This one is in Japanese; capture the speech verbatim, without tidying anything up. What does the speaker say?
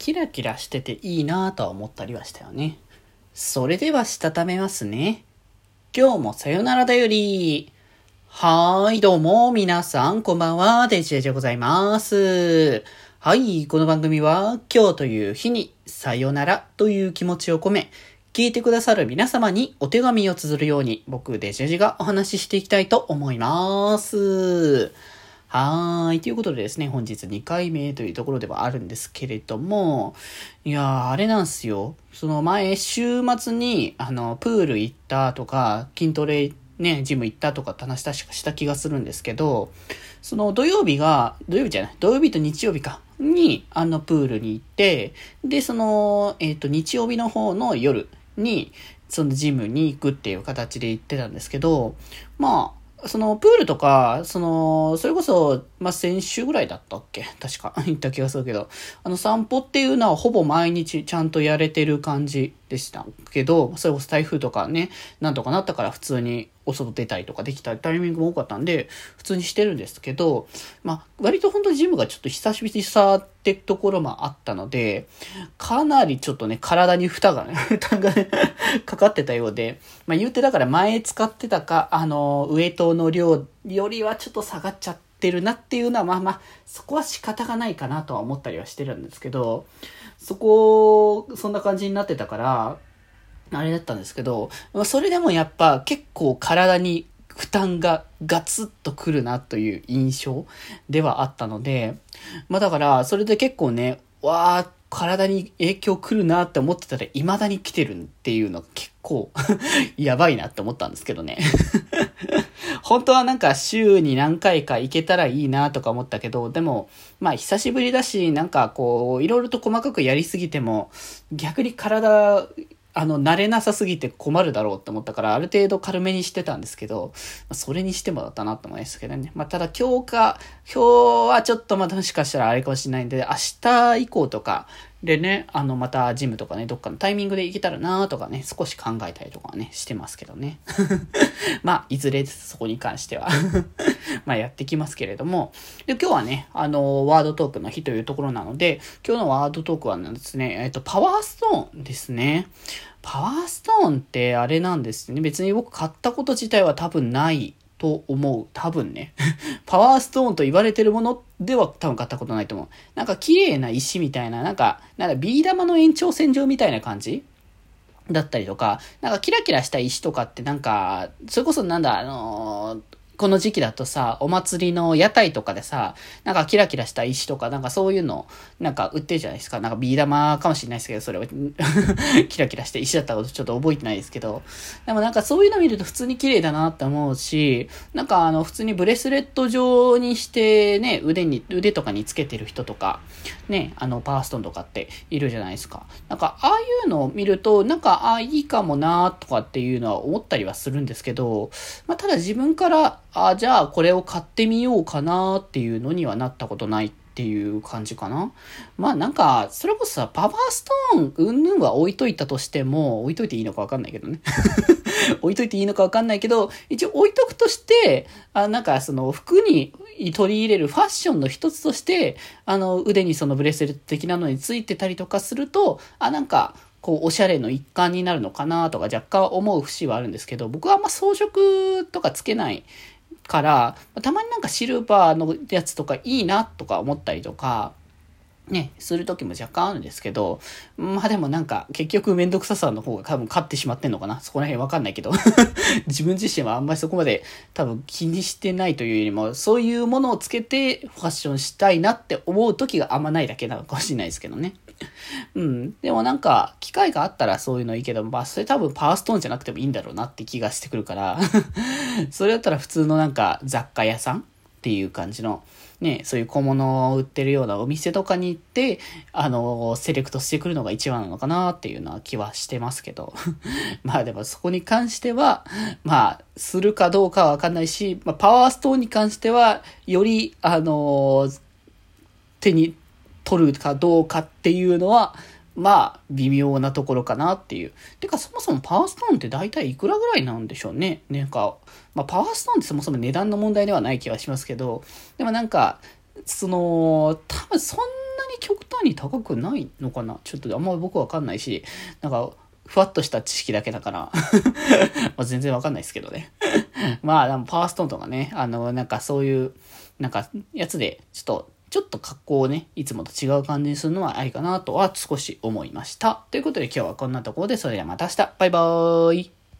キラキラしてていいなぁとは思ったりはしたよね。それではしたためますね。今日もさよならだより。はーい、どうも、皆さん、こんばんは、デジェジでございます。はい、この番組は、今日という日に、さよならという気持ちを込め、聞いてくださる皆様にお手紙を綴るように、僕、デジェジがお話ししていきたいと思います。はーい。ということでですね、本日にかいめというところではあるんですけれども、いやー、あれなんすよ。その前、週末に、あの、プール行ったとか、筋トレね、ジム行ったとかって話確かした気がするんですけど、その土曜日が、土曜日じゃない、土曜日と日曜日か、に、あの、プールに行って、で、その、えっと、日曜日の方の夜に、そのジムに行くっていう形で行ってたんですけど、まあ、そのプールとか、その、それこそ、まあ、先週ぐらいだったっけ確か言った気がするけど、あの散歩っていうのはほぼ毎日ちゃんとやれてる感じでしたけど、それこそ台風とかね、なんとかなったから普通にお外出たりとかできたタイミングも多かったんで、普通にしてるんですけど、まあ、割と本当にジムがちょっと久しぶりさってところもあったので、かなりちょっとね、体に負担がね、負担がね、かかってたようで、まあ言うてだから前使ってたか、あの、ウエイトの量よりはちょっと下がっちゃってるなっていうのは、まあまあ、そこは仕方がないかなとは思ったりはしてるんですけど、そこ、そんな感じになってたから、あれだったんですけど、それでもやっぱ結構体に負担がガツッとくるなという印象ではあったので、まあだからそれで結構ね、わー、体に影響くるなって思ってたら未だに来てるっていうのが結構やばいなって思ったんですけどね。本当はなんか週に何回か行けたらいいなとか思ったけど、でもまあ久しぶりだし、なんかこういろいろと細かくやりすぎても逆に体あの、慣れなさすぎて困るだろうって思ったから、ある程度軽めにしてたんですけど、それにしてもだったなと思いますけどね。まあ、ただ今日か、今日はちょっとまたもしかしたらあれかもしれないんで、明日以降とかでね、あの、またジムとかね、どっかのタイミングで行けたらなとかね、少し考えたりとかはね、してますけどね。まあ、いずれそこに関してはまあ、やってきますけれども。で、今日はね、あの、ワードトークの日というところなので、今日のワードトークはですね、えっと、パワーストーンですね。パワーストーンってあれなんですね。別に僕買ったこと自体は多分ないと思う。多分ね。パワーストーンと言われてるものでは多分買ったことないと思う。なんか綺麗な石みたいな、なんか、なんかビー玉の延長線上みたいな感じだったりとか、なんかキラキラした石とかってなんか、それこそなんだ、あのーこの時期だとさ、お祭りの屋台とかでさ、なんかキラキラした石とか、なんかそういうの、なんか売ってるじゃないですか。なんかビー玉かもしれないですけど、それはキラキラして石だったことちょっと覚えてないですけど。でもなんかそういうの見ると普通に綺麗だなって思うし、なんかあの普通にブレスレット状にしてね、腕に、腕とかにつけてる人とか、ね、あのパワーストーンとかっているじゃないですか。なんかああいうのを見ると、なんかああいいかもなとかっていうのは思ったりはするんですけど、まあただ自分から、あ、じゃあこれを買ってみようかなっていうのにはなったことないっていう感じかな。まあなんか、それこそさ、パワーストーン、うんぬんは置いといたとしても、置いといていいのかわかんないけどね。置いといていいのかわかんないけど、一応置いとくとして、あ、なんかその服に取り入れるファッションの一つとして、あの腕にそのブレスレット的なのについてたりとかすると、あ、なんか、こう、おしゃれの一環になるのかなとか若干思う節はあるんですけど、僕はあんま装飾とかつけないから、たまになんかシルバーのやつとかいいなとか思ったりとか、ね、する時も若干あるんですけど、まあでもなんか結局めんどくささの方が多分勝ってしまってんのかな、そこら辺わかんないけど自分自身はあんまりそこまで多分気にしてないというよりも、そういうものをつけてファッションしたいなって思う時があんまないだけなのかもしれないですけどね。うん。でもなんか、機会があったらそういうのいいけど、まあそれ多分パワーストーンじゃなくてもいいんだろうなって気がしてくるからそれだったら普通のなんか雑貨屋さんっていう感じの、ね、そういう小物を売ってるようなお店とかに行って、あの、セレクトしてくるのが一番なのかなっていうのは気はしてますけど。まあでもそこに関しては、まあ、するかどうかはわかんないし、まあ、パワーストーンに関しては、より、あの、手に取るかどうかっていうのは、まあ、微妙なところかなっていう。てか、そもそもパワーストーンって大体いくらぐらいなんでしょうね。なんか、まあ、パワーストーンってそもそも値段の問題ではない気はしますけど、でもなんか、その、多分そんなにに極端に高くないのかな。ちょっとあんま僕わかんないし、なんか、ふわっとした知識だけだから、まあ全然わかんないですけどね。まあ、パワーストーンとかね、あの、なんかそういう、なんか、やつで、ちょっと、ちょっと格好をね、いつもと違う感じにするのはありかなとは少し思いました。ということで今日はこんなところで、それではまた明日。バイバーイ。